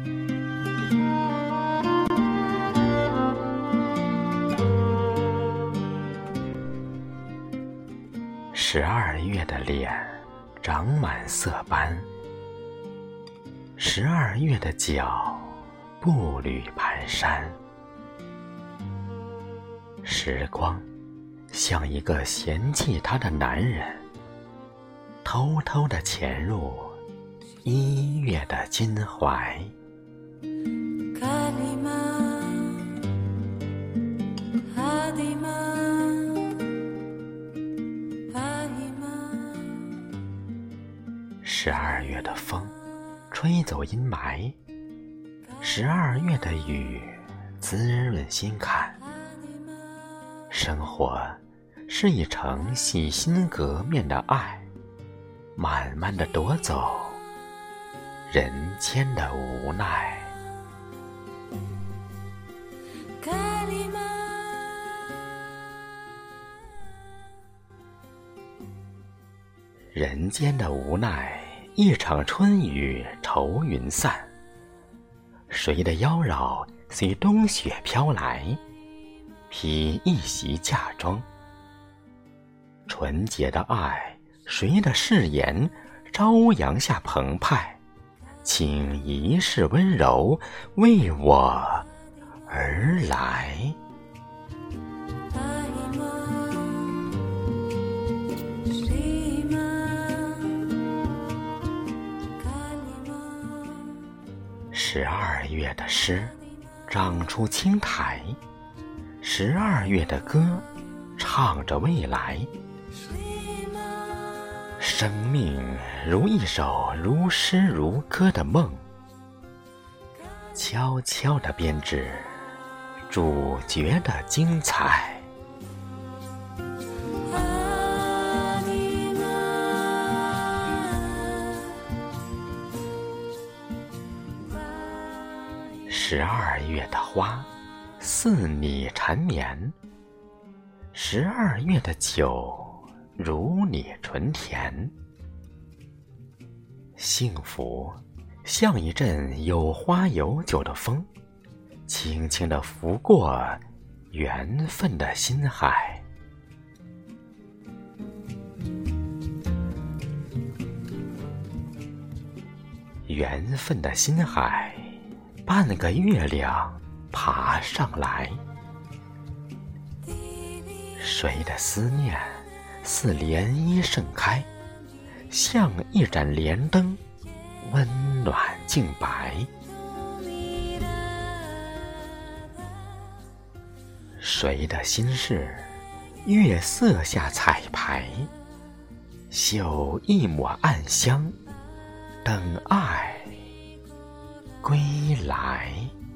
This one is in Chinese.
12月的脸长满色斑，12月的脚步履蹒跚。时光像一个嫌弃他的男人，偷偷地潜入1月的襟怀。12月的风吹走阴霾，12月的雨滋润心坎。生活是一程洗心革面的爱，慢慢地夺走人间的无奈。人间的无奈，一场春雨愁云散。谁的妖娆随冬雪飘来，披一袭嫁妆。纯洁的爱，谁的誓言朝阳下澎湃，请一世温柔为我而来。12月的诗长出青苔，12月的歌唱着未来。生命如一首如诗如歌的梦，悄悄地编织主角的精彩。12月的花似你缠绵，12月的酒如你醇甜。幸福像一阵有花有酒的风，轻轻地拂过缘分的心海。缘分的心海，半个月亮爬上来。谁的思念似涟漪盛开，像一盏莲灯，温暖净白。谁的心事月色下彩排，绣一抹暗香，等爱归来。